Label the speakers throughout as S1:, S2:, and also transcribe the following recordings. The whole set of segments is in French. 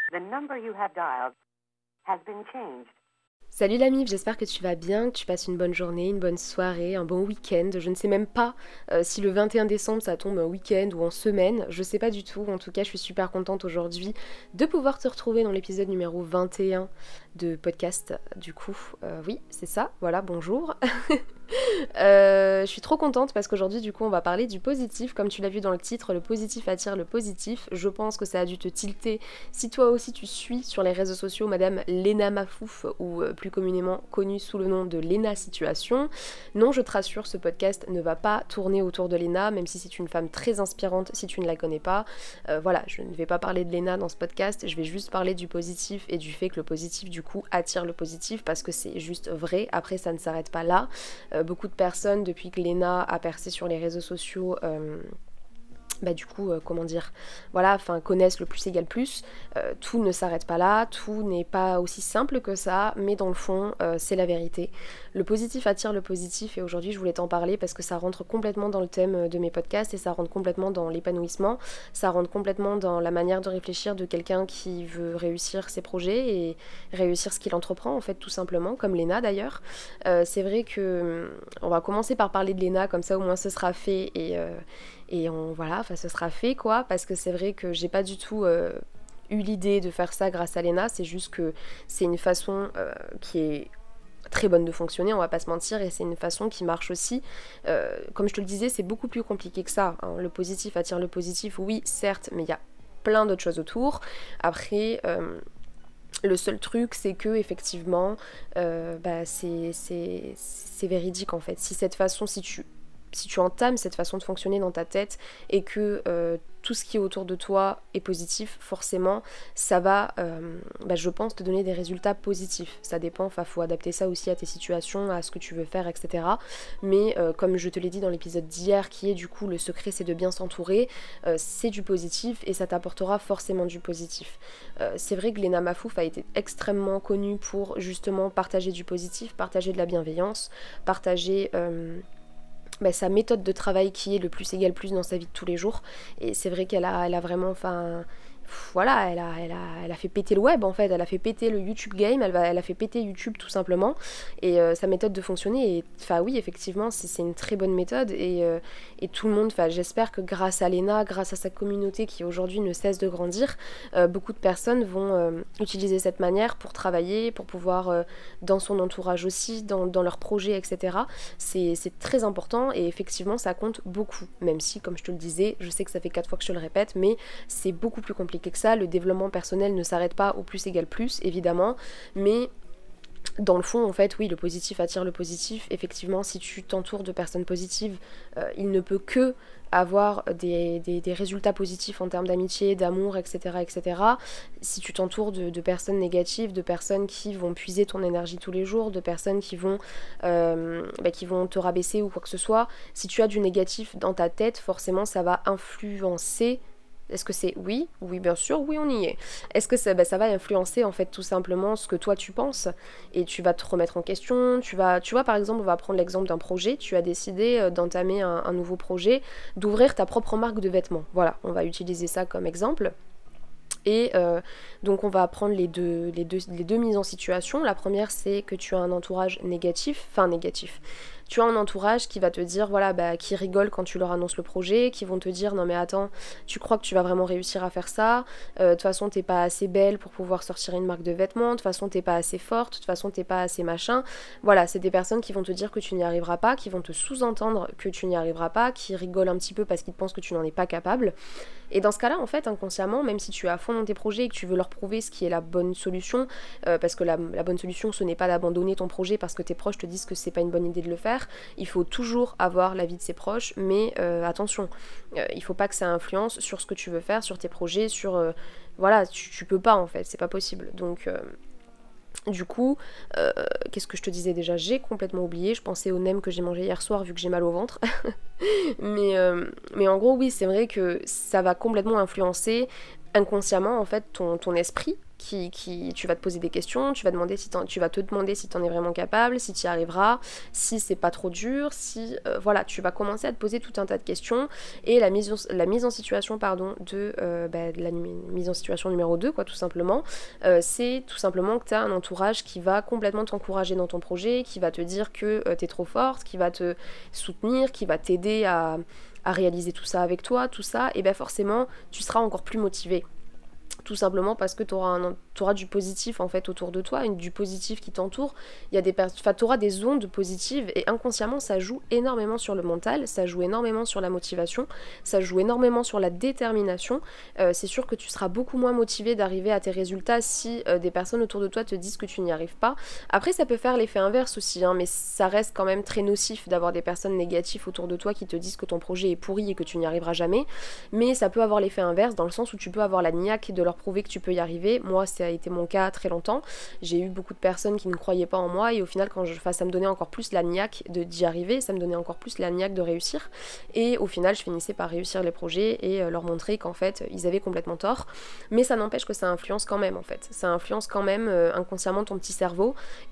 S1: The number you have dialed has been changed.
S2: Salut la mif, j'espère que tu vas bien, que tu passes une bonne journée, une bonne soirée, un bon week-end. Je ne sais même pas si le 21 décembre ça tombe en week-end ou en semaine, je sais pas du tout. En tout cas, je suis super contente aujourd'hui de pouvoir te retrouver dans l'épisode numéro 21 de podcast. Du coup, oui, c'est ça, voilà, bonjour. Je suis trop contente parce qu'aujourd'hui du coup on va parler du positif. Comme tu l'as vu dans le titre, le positif attire le positif. Je pense que ça a dû te tilter si toi aussi tu suis sur les réseaux sociaux Madame Léna Mafouf, ou plus communément connue sous le nom de Léna Situation. Non, je te rassure, ce podcast ne va pas tourner autour de Léna, même si c'est une femme très inspirante si tu ne la connais pas. Voilà, je ne vais pas parler de Léna dans ce podcast, je vais juste parler du positif et du fait que le positif du coup attire le positif, parce que c'est juste vrai. Après ça ne s'arrête pas là. Beaucoup de personnes, depuis que Léna a percé sur les réseaux sociaux, connaissent le plus égale plus. Tout ne s'arrête pas là, tout n'est pas aussi simple que ça, mais dans le fond, c'est la vérité. Le positif attire le positif, et aujourd'hui je voulais t'en parler parce que ça rentre complètement dans le thème de mes podcasts, et ça rentre complètement dans l'épanouissement, ça rentre complètement dans la manière de réfléchir de quelqu'un qui veut réussir ses projets et réussir ce qu'il entreprend, en fait, tout simplement, comme Léna d'ailleurs. C'est vrai que on va commencer par parler de Léna, comme ça au moins ce sera fait, ce sera fait quoi, parce que c'est vrai que j'ai pas du tout eu l'idée de faire ça grâce à Léna, c'est juste que c'est une façon qui est très bonne de fonctionner, on va pas se mentir, et c'est une façon qui marche aussi. Comme je te le disais, c'est beaucoup plus compliqué que ça, hein. Le positif attire le positif, oui, certes, mais il y a plein d'autres choses autour. Après, le seul truc, c'est que effectivement, c'est véridique en fait. Si tu entames cette façon de fonctionner dans ta tête et que tout ce qui est autour de toi est positif, forcément, ça va, je pense, te donner des résultats positifs. Ça dépend, faut adapter ça aussi à tes situations, à ce que tu veux faire, etc. Mais comme je te l'ai dit dans l'épisode d'hier, qui est du coup le secret, c'est de bien s'entourer, c'est du positif et ça t'apportera forcément du positif. C'est vrai que Léna Mafouf a été extrêmement connue pour justement partager du positif, partager de la bienveillance, partager sa méthode de travail qui est le plus égale plus dans sa vie de tous les jours. Et c'est vrai qu'elle a vraiment, voilà, elle a fait péter le web en fait, elle a fait péter le YouTube game, elle a fait péter YouTube tout simplement, et sa méthode de fonctionner, oui, effectivement, c'est une très bonne méthode, et tout le monde, j'espère que grâce à Léna, grâce à sa communauté qui aujourd'hui ne cesse de grandir, beaucoup de personnes vont utiliser cette manière pour travailler, pour pouvoir, dans son entourage aussi, dans leurs projets, etc. C'est très important, et effectivement ça compte beaucoup, même si, comme je te le disais, je sais que ça fait 4 fois que je te le répète, mais c'est beaucoup plus compliqué que ça. Le développement personnel ne s'arrête pas au plus égale plus, évidemment, mais dans le fond, en fait, oui, le positif attire le positif. Effectivement, si tu t'entoures de personnes positives, il ne peut que avoir des résultats positifs en termes d'amitié, d'amour, etc., etc. Si tu t'entoures de personnes négatives, de personnes qui vont puiser ton énergie tous les jours, de personnes qui vont te rabaisser ou quoi que ce soit, si tu as du négatif dans ta tête, forcément, ça va influencer. Est-ce que c'est oui? Oui, bien sûr, oui, on y est. Est-ce que ça va influencer en fait tout simplement ce que toi tu penses, et tu vas te remettre en question, tu vois, par exemple, on va prendre l'exemple d'un projet, tu as décidé d'entamer un nouveau projet, d'ouvrir ta propre marque de vêtements. Voilà, on va utiliser ça comme exemple. Et donc on va prendre les deux mises en situation. La première, c'est que tu as un entourage négatif. Tu as un entourage qui va te dire, qui rigole quand tu leur annonces le projet, qui vont te dire, non mais attends, tu crois que tu vas vraiment réussir à faire ça? De toute façon, t'es pas assez belle pour pouvoir sortir une marque de vêtements, de toute façon, t'es pas assez forte, de toute façon, t'es pas assez machin. Voilà, c'est des personnes qui vont te dire que tu n'y arriveras pas, qui vont te sous-entendre que tu n'y arriveras pas, qui rigolent un petit peu parce qu'ils pensent que tu n'en es pas capable. Et dans ce cas-là, en fait, inconsciemment, même si tu es à fond dans tes projets et que tu veux leur prouver ce qui est la bonne solution, parce que la bonne solution, ce n'est pas d'abandonner ton projet parce que tes proches te disent que c'est pas une bonne idée de le faire. Il faut toujours avoir l'avis de ses proches, mais attention, il faut pas que ça influence sur ce que tu veux faire, sur tes projets, tu peux pas en fait, c'est pas possible. Donc du coup, qu'est-ce que je te disais déjà? J'ai complètement oublié, je pensais au nem que j'ai mangé hier soir vu que j'ai mal au ventre. mais en gros, oui, c'est vrai que ça va complètement influencer inconsciemment en fait ton esprit, tu vas te poser des questions, tu vas te demander si t'en es vraiment capable, si t'y arriveras, si c'est pas trop dur, si voilà, tu vas commencer à te poser tout un tas de questions. Et la mise en situation de la mise en situation numéro 2 quoi, tout simplement, c'est tout simplement que tu as un entourage qui va complètement t'encourager dans ton projet, qui va te dire que t'es trop forte, qui va te soutenir, qui va t'aider à réaliser tout ça avec toi, tout ça, et bien forcément tu seras encore plus motivé. Tout simplement parce que tu auras du positif en fait autour de toi, du positif qui t'entoure. Tu auras des ondes positives et inconsciemment ça joue énormément sur le mental, ça joue énormément sur la motivation, ça joue énormément sur la détermination. C'est sûr que tu seras beaucoup moins motivé d'arriver à tes résultats si des personnes autour de toi te disent que tu n'y arrives pas. Après ça peut faire l'effet inverse aussi, mais ça reste quand même très nocif d'avoir des personnes négatives autour de toi qui te disent que ton projet est pourri et que tu n'y arriveras jamais. Mais ça peut avoir l'effet inverse dans le sens où tu peux avoir la niaque de leur prouver que tu peux y arriver. Moi ça a été mon cas très longtemps, j'ai eu beaucoup de personnes qui ne croyaient pas en moi et au final ça me donnait encore plus la niaque d'y arriver, ça me donnait encore plus la niaque de réussir et au final je finissais par réussir les projets et leur montrer qu'en fait ils avaient complètement tort, mais ça n'empêche que ça influence quand même en fait, ça influence quand même inconsciemment ton petit cerveau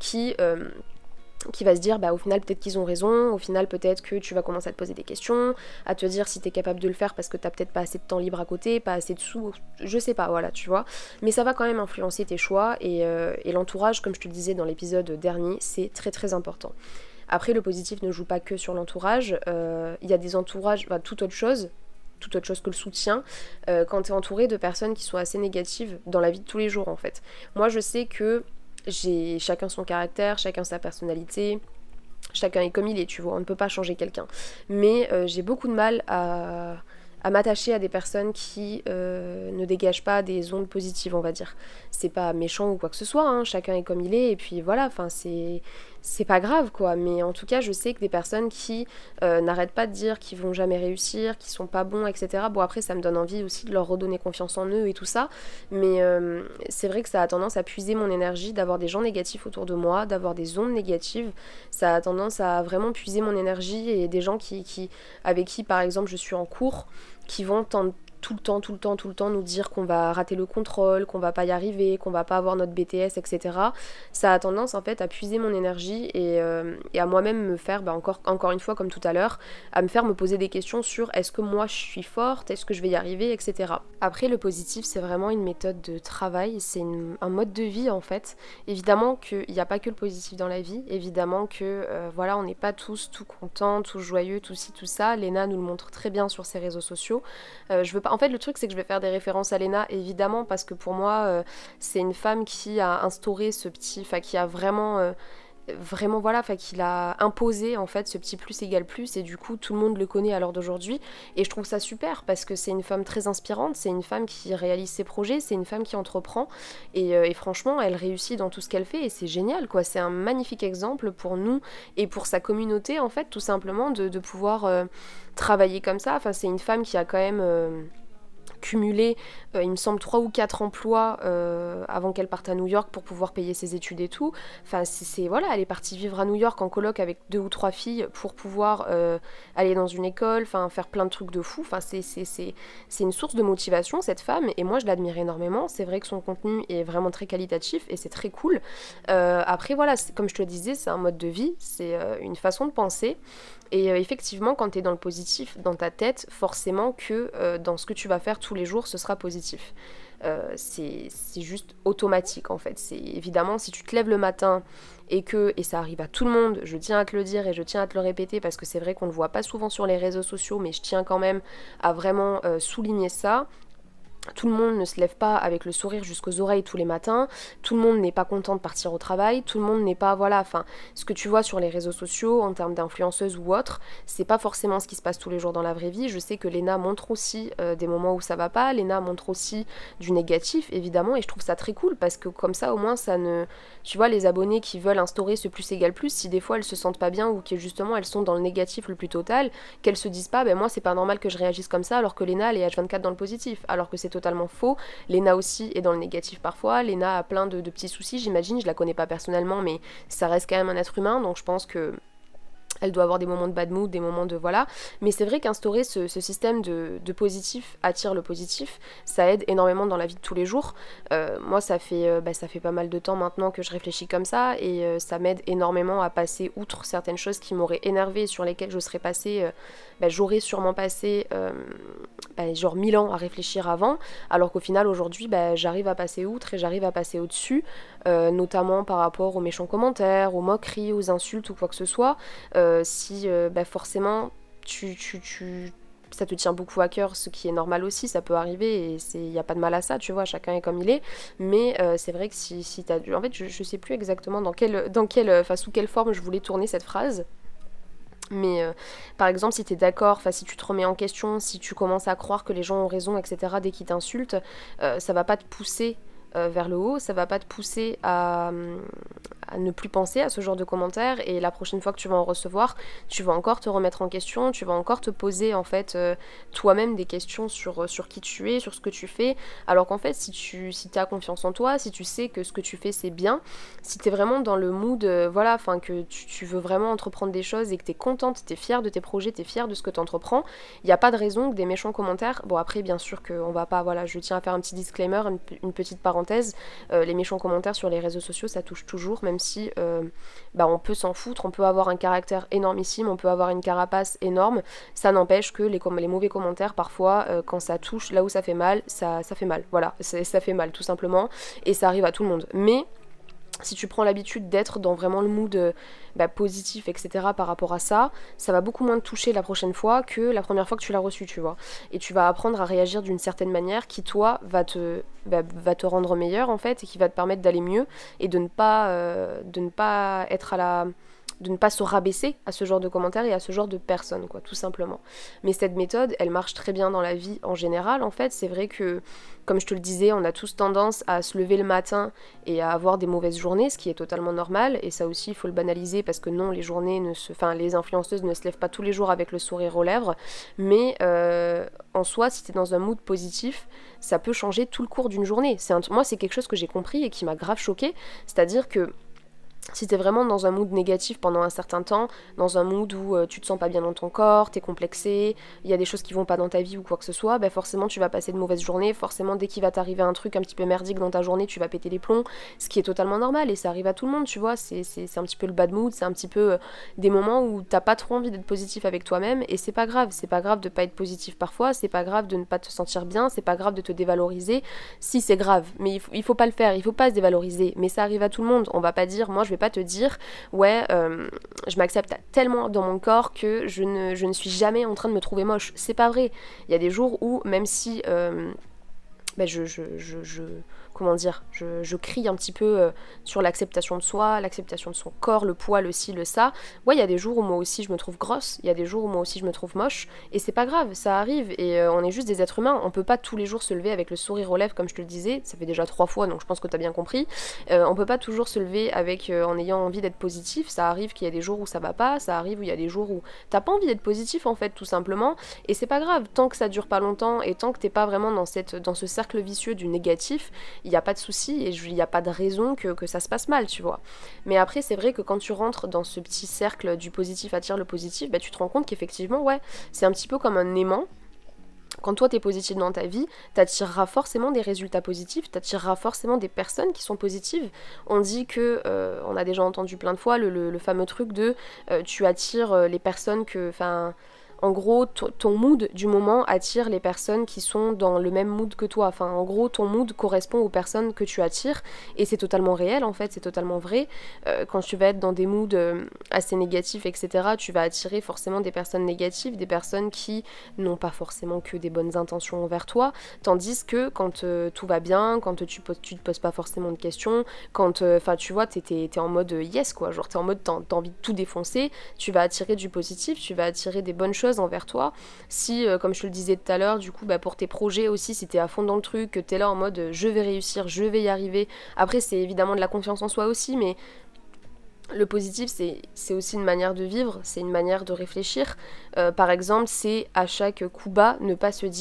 S2: qui va se dire au final peut-être qu'ils ont raison, au final peut-être que tu vas commencer à te poser des questions, à te dire si t'es capable de le faire parce que t'as peut-être pas assez de temps libre à côté, pas assez de sous, je sais pas, voilà, tu vois. Mais ça va quand même influencer tes choix et l'entourage, comme je te le disais dans l'épisode dernier, c'est très très important. Après le positif ne joue pas que sur l'entourage, il y a des entourages, toute autre chose que le soutien, quand t'es entouré de personnes qui sont assez négatives dans la vie de tous les jours en fait. Moi je sais que j'ai chacun son caractère, chacun sa personnalité, chacun est comme il est, tu vois, on ne peut pas changer quelqu'un. Mais j'ai beaucoup de mal à m'attacher à des personnes qui ne dégagent pas des ondes positives, on va dire. C'est pas méchant ou quoi que ce soit, chacun est comme il est, et puis voilà, c'est pas grave quoi, mais en tout cas je sais que des personnes qui n'arrêtent pas de dire qu'ils vont jamais réussir, qu'ils sont pas bons, etc. Bon après ça me donne envie aussi de leur redonner confiance en eux et tout ça, mais c'est vrai que ça a tendance à puiser mon énergie d'avoir des gens négatifs autour de moi, d'avoir des ondes négatives, ça a tendance à vraiment puiser mon énergie et des gens avec qui par exemple je suis en cours, qui vont tout le temps nous dire qu'on va rater le contrôle, qu'on va pas y arriver, qu'on va pas avoir notre BTS, etc. Ça a tendance en fait à puiser mon énergie et à moi-même me faire, encore une fois comme tout à l'heure, à me faire me poser des questions sur est-ce que moi je suis forte, est-ce que je vais y arriver, etc. Après le positif c'est vraiment une méthode de travail, c'est un mode de vie en fait. Évidemment qu'il n'y a pas que le positif dans la vie, évidemment que on n'est pas tous tout contents, tous joyeux, tout ci, tout ça. Léna nous le montre très bien sur ses réseaux sociaux. En fait, le truc, c'est que je vais faire des références à Léna, évidemment, parce que pour moi, c'est une femme qui a instauré qui a vraiment, qui l'a imposé, en fait, ce petit plus égale plus, et du coup, tout le monde le connaît à l'heure d'aujourd'hui, et je trouve ça super, parce que c'est une femme très inspirante, c'est une femme qui réalise ses projets, c'est une femme qui entreprend, et franchement, elle réussit dans tout ce qu'elle fait, et c'est génial, quoi, c'est un magnifique exemple pour nous, et pour sa communauté, en fait, tout simplement, de pouvoir travailler comme ça, c'est une femme qui a quand même cumulé, il me semble 3 ou 4 emplois avant qu'elle parte à New York pour pouvoir payer ses études et tout. Elle est partie vivre à New York en coloc avec 2 ou 3 filles pour pouvoir aller dans une école, faire plein de trucs de fou. C'est une source de motivation cette femme et moi je l'admire énormément. C'est vrai que son contenu est vraiment très qualitatif et c'est très cool. Après comme je te le disais, c'est un mode de vie, c'est une façon de penser. Et effectivement, quand tu es dans le positif, dans ta tête, forcément que dans ce que tu vas faire tous les jours, ce sera positif. C'est juste automatique en fait. C'est évidemment si tu te lèves le matin et ça arrive à tout le monde, je tiens à te le dire et je tiens à te le répéter parce que c'est vrai qu'on le voit pas souvent sur les réseaux sociaux, mais je tiens quand même à vraiment souligner ça. Tout le monde ne se lève pas avec le sourire jusqu'aux oreilles tous les matins, tout le monde n'est pas content de partir au travail, tout le monde n'est pas, ce que tu vois sur les réseaux sociaux en termes d'influenceuses ou autres, c'est pas forcément ce qui se passe tous les jours dans la vraie vie. Je sais que Léna montre aussi des moments où ça va pas, Léna montre aussi du négatif évidemment et je trouve ça très cool parce que comme ça au moins tu vois les abonnés qui veulent instaurer ce plus égale plus, si des fois elles se sentent pas bien ou que justement elles sont dans le négatif le plus total, qu'elles se disent pas moi c'est pas normal que je réagisse comme ça alors que Léna elle est H24 dans le positif, alors que c'est totalement faux. Léna aussi est dans le négatif parfois, Léna a plein de petits soucis, j'imagine, je la connais pas personnellement mais ça reste quand même un être humain, donc je pense que Elle doit avoir des moments de bad mood, des moments de voilà. Mais c'est vrai qu'instaurer ce système de positif attire le positif, ça aide énormément dans la vie de tous les jours. Moi, ça fait pas mal de temps maintenant que je réfléchis comme ça et ça m'aide énormément à passer outre certaines choses qui m'auraient énervée et sur lesquelles je serais passée, j'aurais sûrement passé genre 1000 ans à réfléchir avant, alors qu'au final, aujourd'hui, j'arrive à passer outre et j'arrive à passer au-dessus, notamment par rapport aux méchants commentaires, aux moqueries, aux insultes ou quoi que ce soit. Si forcément ça te tient beaucoup à cœur, ce qui est normal aussi, ça peut arriver et il n'y a pas de mal à ça, tu vois, chacun est comme il est, mais c'est vrai que si t'as... En fait, je sais plus exactement sous quelle forme je voulais tourner cette phrase, mais par exemple, si t'es d'accord, si tu te remets en question, si tu commences à croire que les gens ont raison, etc., dès qu'ils t'insultent, ça va pas te pousser vers le haut, ça va pas te pousser à ne plus penser à ce genre de commentaires et la prochaine fois que tu vas en recevoir, tu vas encore te remettre en question, tu vas encore te poser en fait toi-même des questions sur qui tu es, sur ce que tu fais, alors qu'en fait si tu as confiance en toi, si tu sais que ce que tu fais c'est bien, si t'es vraiment dans le mood que tu veux vraiment entreprendre des choses et que t'es contente, t'es fière de tes projets, t'es fière de ce que t'entreprends, il n'y a pas de raison que des méchants commentaires, bon après bien sûr qu'on va pas, je tiens à faire un petit disclaimer, une petite parenthèse, les méchants commentaires sur les réseaux sociaux ça touche toujours, même si on peut s'en foutre, on peut avoir un caractère énormissime, on peut avoir une carapace énorme, ça n'empêche que les mauvais commentaires parfois quand ça touche là où ça fait mal, ça fait mal, voilà, ça fait mal tout simplement et ça arrive à tout le monde. Mais si tu prends l'habitude d'être dans vraiment le mood positif, etc. par rapport à ça, ça va beaucoup moins te toucher la prochaine fois que la première fois que tu l'as reçu, tu vois. Et tu vas apprendre à réagir d'une certaine manière qui, toi, va te rendre meilleur, en fait, et qui va te permettre d'aller mieux et de ne pas être de ne pas se rabaisser à ce genre de commentaires et à ce genre de personnes, quoi, tout simplement. Mais cette méthode, elle marche très bien dans la vie en général, en fait. C'est vrai que, comme je te le disais, on a tous tendance à se lever le matin et à avoir des mauvaises journées, ce qui est totalement normal, et ça aussi, il faut le banaliser, parce que non, les influenceuses ne se lèvent pas tous les jours avec le sourire aux lèvres, mais en soi, si t'es dans un mood positif, ça peut changer tout le cours d'une journée. Moi, c'est quelque chose que j'ai compris et qui m'a grave choquée, c'est-à-dire que si t'es vraiment dans un mood négatif pendant un certain temps, dans un mood où tu te sens pas bien dans ton corps, t'es complexé, il y a des choses qui vont pas dans ta vie ou quoi que ce soit, forcément tu vas passer de mauvaises journées, forcément dès qu'il va t'arriver un truc un petit peu merdique dans ta journée, tu vas péter les plombs, ce qui est totalement normal et ça arrive à tout le monde, tu vois, c'est un petit peu le bad mood, c'est un petit peu des moments où t'as pas trop envie d'être positif avec toi-même et c'est pas grave de pas être positif parfois, c'est pas grave de ne pas te sentir bien, c'est pas grave de te dévaloriser, si c'est grave, mais il faut pas le faire, il faut pas se dévaloriser, mais ça arrive à tout le monde, on va pas dire, moi je vais pas te dire je m'accepte tellement dans mon corps que je ne suis jamais en train de me trouver moche, c'est pas vrai. Il y a des jours où même si je crie un petit peu sur l'acceptation de soi, l'acceptation de son corps, le poids, le ci, le ça. Ouais, il y a des jours où moi aussi je me trouve grosse, il y a des jours où moi aussi je me trouve moche, et c'est pas grave, ça arrive, et on est juste des êtres humains, on peut pas tous les jours se lever avec le sourire aux lèvres, comme je te le disais, ça fait déjà 3 fois, donc je pense que t'as bien compris. On peut pas toujours se lever avec en ayant envie d'être positif, ça arrive qu'il y a des jours où ça va pas, ça arrive où il y a des jours où t'as pas envie d'être positif en fait, tout simplement, et c'est pas grave, tant que ça dure pas longtemps, et tant que t'es pas vraiment dans ce cercle vicieux du négatif, il n'y a pas de souci et il n'y a pas de raison que ça se passe mal, tu vois. Mais après, c'est vrai que quand tu rentres dans ce petit cercle du positif attire le positif, tu te rends compte qu'effectivement, ouais, c'est un petit peu comme un aimant. Quand toi t'es positif dans ta vie, t'attireras forcément des résultats positifs, t'attireras forcément des personnes qui sont positives. On dit que, on a déjà entendu plein de fois le fameux truc de tu attires les personnes que, en gros, ton mood du moment attire les personnes qui sont dans le même mood que toi. En gros, ton mood correspond aux personnes que tu attires. Et c'est totalement réel, en fait, c'est totalement vrai. Quand tu vas être dans des moods assez négatifs, etc., tu vas attirer forcément des personnes négatives, des personnes qui n'ont pas forcément que des bonnes intentions envers toi. Tandis que quand tout va bien, quand tu te poses pas forcément de questions, quand, tu vois, t'es en mode yes, quoi. Genre, t'es en mode t'as envie de tout défoncer, tu vas attirer du positif, tu vas attirer des bonnes choses envers toi. Si, comme je te le disais tout à l'heure, du coup, pour tes projets aussi, si t'es à fond dans le truc, que t'es là en mode je vais réussir, je vais y arriver. Après, c'est évidemment de la confiance en soi aussi, mais le positif, c'est aussi une manière de vivre, c'est une manière de réfléchir. Par exemple, c'est à chaque coup bas ne pas se dire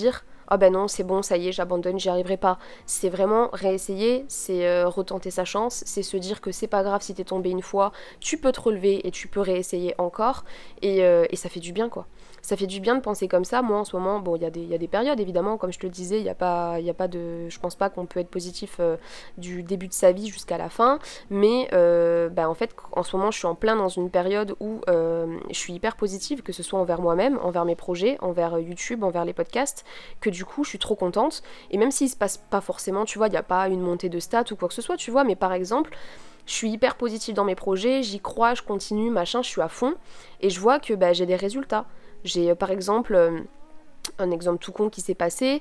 S2: ah ben non, c'est bon, ça y est, j'abandonne, j'y arriverai pas. C'est vraiment réessayer, c'est retenter sa chance, c'est se dire que c'est pas grave si t'es tombé une fois, tu peux te relever et tu peux réessayer encore, et ça fait du bien quoi. Ça fait du bien de penser comme ça. Moi en ce moment, bon, il y a des périodes évidemment, comme je te le disais, il y a pas de. Je pense pas qu'on peut être positif du début de sa vie jusqu'à la fin, mais en fait, en ce moment, je suis en plein dans une période où je suis hyper positive, que ce soit envers moi-même, envers mes projets, envers YouTube, envers les podcasts, que du coup je suis trop contente, et même s'il se passe pas forcément, tu vois, il n'y a pas une montée de stats ou quoi que ce soit, tu vois, mais par exemple, je suis hyper positive dans mes projets, j'y crois, je continue, machin, je suis à fond, et je vois que j'ai des résultats. J'ai par exemple un exemple tout con qui s'est passé,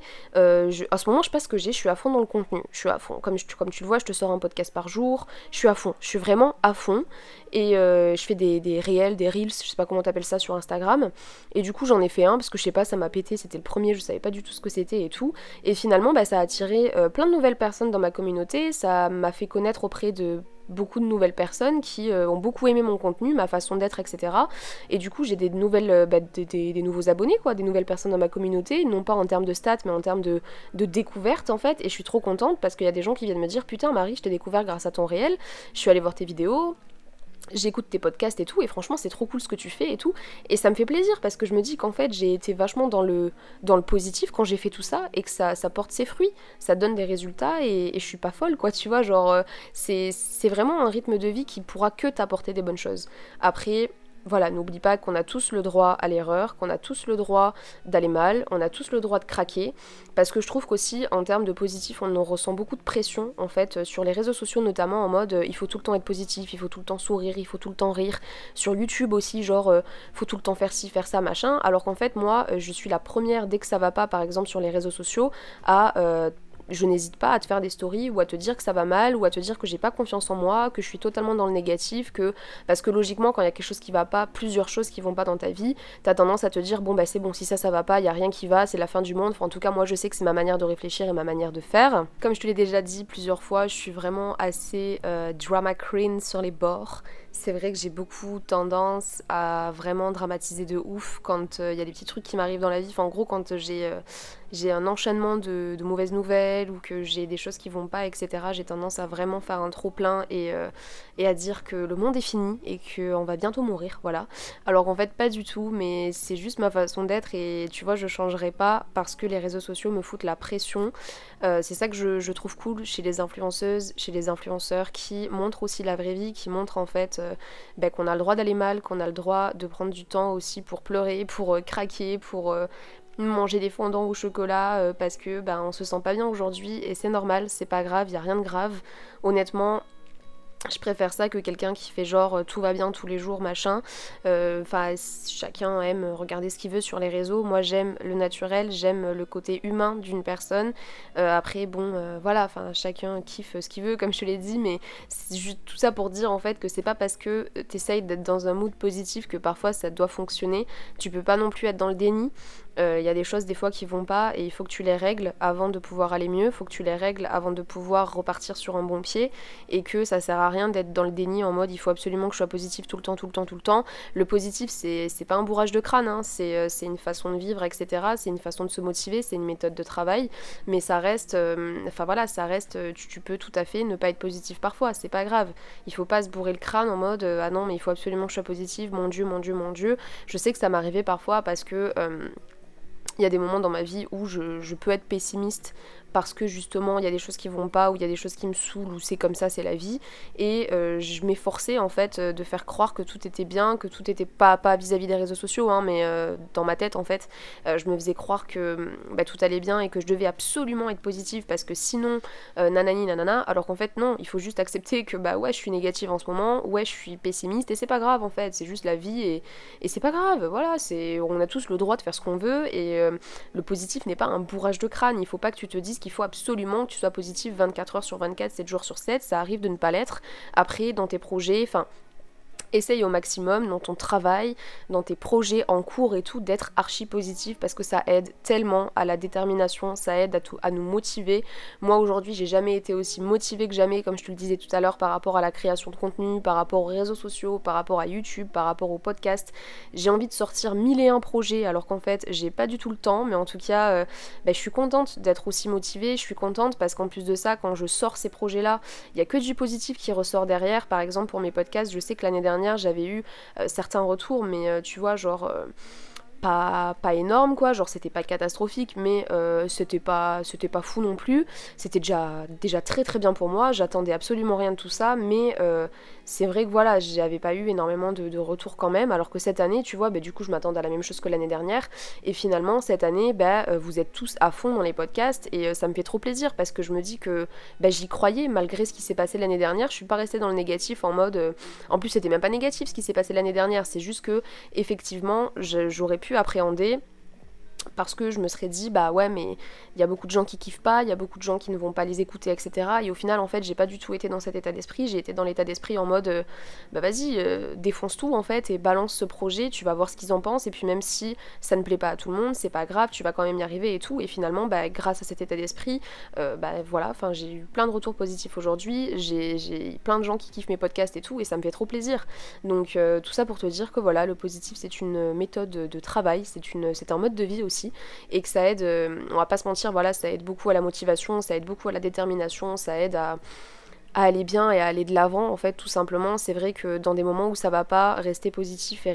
S2: à ce moment je sais pas ce que j'ai, je suis à fond dans le contenu, je suis à fond, comme tu le vois, je te sors un podcast par jour, je suis à fond, je suis vraiment à fond, et je fais des réels, des reels, je sais pas comment t'appelles ça sur Instagram, et du coup j'en ai fait un, parce que je sais pas, ça m'a pété, c'était le premier, je savais pas du tout ce que c'était et tout, et finalement ça a attiré plein de nouvelles personnes dans ma communauté, ça m'a fait connaître auprès de beaucoup de nouvelles personnes qui ont beaucoup aimé mon contenu, ma façon d'être, etc. Et du coup, j'ai des nouvelles, des nouveaux abonnés, quoi, des nouvelles personnes dans ma communauté, non pas en termes de stats, mais en termes de découverte, en fait. Et je suis trop contente parce qu'il y a des gens qui viennent me dire, putain, Marie, je t'ai découvert grâce à ton réel, je suis allée voir tes vidéos, j'écoute tes podcasts et tout, et franchement c'est trop cool ce que tu fais et tout, et ça me fait plaisir parce que je me dis qu'en fait j'ai été vachement dans le positif quand j'ai fait tout ça, et que ça porte ses fruits, ça donne des résultats, et je suis pas folle quoi, tu vois, genre c'est vraiment un rythme de vie qui pourra que t'apporter des bonnes choses. Après, voilà, n'oublie pas qu'on a tous le droit à l'erreur, qu'on a tous le droit d'aller mal, on a tous le droit de craquer, parce que je trouve qu'aussi en termes de positif, on en ressent beaucoup de pression en fait sur les réseaux sociaux, notamment en mode il faut tout le temps être positif, il faut tout le temps sourire, il faut tout le temps rire. Sur YouTube aussi, genre faut tout le temps faire ci, faire ça, machin, alors qu'en fait moi je suis la première, dès que ça va pas par exemple sur les réseaux sociaux, à je n'hésite pas à te faire des stories ou à te dire que ça va mal, ou à te dire que j'ai pas confiance en moi, que je suis totalement dans le négatif, parce que logiquement quand il y a quelque chose qui va pas, plusieurs choses qui vont pas dans ta vie, t'as tendance à te dire bon c'est bon, si ça va pas, il y a rien qui va, c'est la fin du monde. Enfin en tout cas moi je sais que c'est ma manière de réfléchir et ma manière de faire. Comme je te l'ai déjà dit plusieurs fois, je suis vraiment assez drama queen sur les bords. C'est vrai que j'ai beaucoup tendance à vraiment dramatiser de ouf quand il y a des petits trucs qui m'arrivent dans la vie. Enfin, en gros, quand j'ai un enchaînement de mauvaises nouvelles, ou que j'ai des choses qui vont pas, etc., j'ai tendance à vraiment faire un trop-plein, et à dire que le monde est fini et qu'on va bientôt mourir, voilà. Alors qu'en fait, pas du tout, mais c'est juste ma façon d'être, et tu vois, je changerai pas parce que les réseaux sociaux me foutent la pression. C'est ça que je trouve cool chez les influenceuses, chez les influenceurs, qui montrent aussi la vraie vie, qui montrent en fait qu'on a le droit d'aller mal, qu'on a le droit de prendre du temps aussi pour pleurer, pour craquer, pour manger des fondants au chocolat parce que on se sent pas bien aujourd'hui, et c'est normal, c'est pas grave, y a rien de grave. Honnêtement, je préfère ça que quelqu'un qui fait genre tout va bien tous les jours, machin. Enfin, chacun aime regarder ce qu'il veut sur les réseaux. Moi, j'aime le naturel, j'aime le côté humain d'une personne. Après, bon, voilà, enfin, chacun kiffe ce qu'il veut, comme je te l'ai dit, mais c'est juste tout ça pour dire en fait que c'est pas parce que t'essayes d'être dans un mood positif que parfois ça doit fonctionner. Tu peux pas non plus être dans le déni. Y a des choses des fois qui vont pas, et il faut que tu les règles avant de pouvoir aller mieux, il faut que tu les règles avant de pouvoir repartir sur un bon pied, et que ça sert à rien d'être dans le déni en mode il faut absolument que je sois positif tout le temps, tout le temps, tout le temps. Le positif c'est pas un bourrage de crâne, hein, c'est une façon de vivre, etc. C'est une façon de se motiver, c'est une méthode de travail, mais ça reste, enfin voilà, ça reste, tu peux tout à fait ne pas être positif parfois, c'est pas grave. Il faut pas se bourrer le crâne en mode ah non mais il faut absolument que je sois positive, mon Dieu, mon Dieu, mon Dieu. Je sais que ça m'arrivait parfois parce que il y a des moments dans ma vie où je peux être pessimiste parce que justement il y a des choses qui vont pas, ou il y a des choses qui me saoulent, ou c'est comme ça, c'est la vie, et je m'efforçais en fait de faire croire que tout était bien, que tout était pas vis-à-vis des réseaux sociaux, hein, mais dans ma tête en fait, je me faisais croire que tout allait bien et que je devais absolument être positive parce que sinon nanani nanana, alors qu'en fait non, il faut juste accepter que ouais je suis négative en ce moment, ouais je suis pessimiste, et c'est pas grave en fait, c'est juste la vie, et c'est pas grave, voilà, on a tous le droit de faire ce qu'on veut, et le positif n'est pas un bourrage de crâne. Il faut pas que tu te dises qu'il faut absolument que tu sois positif 24 heures sur 24, 7 jours sur 7, ça arrive de ne pas l'être. Après, dans tes projets, enfin, essaye au maximum dans ton travail, dans tes projets en cours et tout, d'être archi positif parce que ça aide tellement à la détermination, ça aide à nous motiver. Moi aujourd'hui j'ai jamais été aussi motivée que jamais, comme je te le disais tout à l'heure, par rapport à la création de contenu, par rapport aux réseaux sociaux, par rapport à YouTube, par rapport au podcast. J'ai envie de sortir 1001 projets alors qu'en fait j'ai pas du tout le temps, mais en tout cas je suis contente d'être aussi motivée, je suis contente parce qu'en plus de ça, quand je sors ces projets là, il y a que du positif qui ressort derrière. Par exemple pour mes podcasts, je sais que l'année dernière j'avais eu certains retours, mais tu vois, genre pas énorme quoi, genre c'était pas catastrophique, mais c'était pas fou non plus, c'était déjà très très bien pour moi, j'attendais absolument rien de tout ça, mais c'est vrai que voilà, j'avais pas eu énormément de retours quand même, alors que cette année, tu vois, du coup je m'attendais à la même chose que l'année dernière, et finalement cette année, vous êtes tous à fond dans les podcasts, et ça me fait trop plaisir, parce que je me dis que j'y croyais, malgré ce qui s'est passé l'année dernière, je suis pas restée dans le négatif en mode, en plus c'était même pas négatif ce qui s'est passé l'année dernière, c'est juste que effectivement j'aurais pu appréhender parce que je me serais dit ouais mais il y a beaucoup de gens qui kiffent pas, il y a beaucoup de gens qui ne vont pas les écouter, etc. Et au final en fait j'ai pas du tout été dans cet état d'esprit, j'ai été dans l'état d'esprit en mode vas-y défonce tout en fait et balance ce projet, tu vas voir ce qu'ils en pensent, et puis même si ça ne plaît pas à tout le monde, c'est pas grave, tu vas quand même y arriver et tout. Et finalement grâce à cet état d'esprit voilà, enfin j'ai eu plein de retours positifs aujourd'hui, j'ai plein de gens qui kiffent mes podcasts et tout, et ça me fait trop plaisir. Donc tout ça pour te dire que voilà, le positif c'est une méthode de travail, c'est un mode de vie aussi, et que ça aide, on va pas se mentir, voilà, ça aide beaucoup à la motivation, ça aide beaucoup à la détermination, ça aide à aller bien et à aller de l'avant en fait, tout simplement. C'est vrai que dans des moments où ça va pas, rester positif et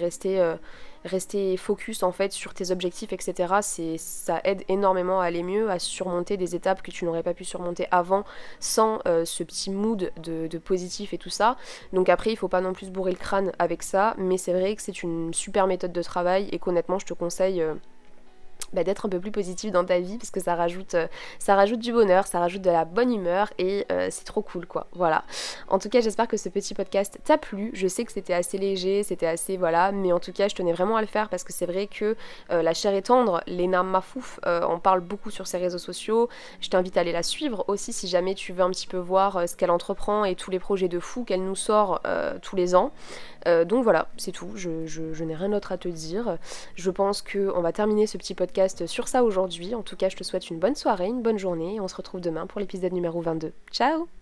S2: rester focus en fait sur tes objectifs, etc. Ça aide énormément à aller mieux, à surmonter des étapes que tu n'aurais pas pu surmonter avant sans ce petit mood de positif et tout ça. Donc après il faut pas non plus se bourrer le crâne avec ça, mais c'est vrai que c'est une super méthode de travail et qu'honnêtement je te conseille d'être un peu plus positif dans ta vie, parce que ça rajoute du bonheur, ça rajoute de la bonne humeur, et c'est trop cool quoi, voilà. En tout cas j'espère que ce petit podcast t'a plu, je sais que c'était assez léger, c'était assez voilà, mais en tout cas je tenais vraiment à le faire parce que c'est vrai que la chair est tendre, Léna Mafouf en parle beaucoup sur ses réseaux sociaux, je t'invite à aller la suivre aussi si jamais tu veux un petit peu voir ce qu'elle entreprend et tous les projets de fou qu'elle nous sort tous les ans. Donc voilà, c'est tout, je n'ai rien d'autre à te dire. Je pense qu'on va terminer ce petit podcast sur ça aujourd'hui. En tout cas, je te souhaite une bonne soirée, une bonne journée, et on se retrouve demain pour l'épisode numéro 22. Ciao!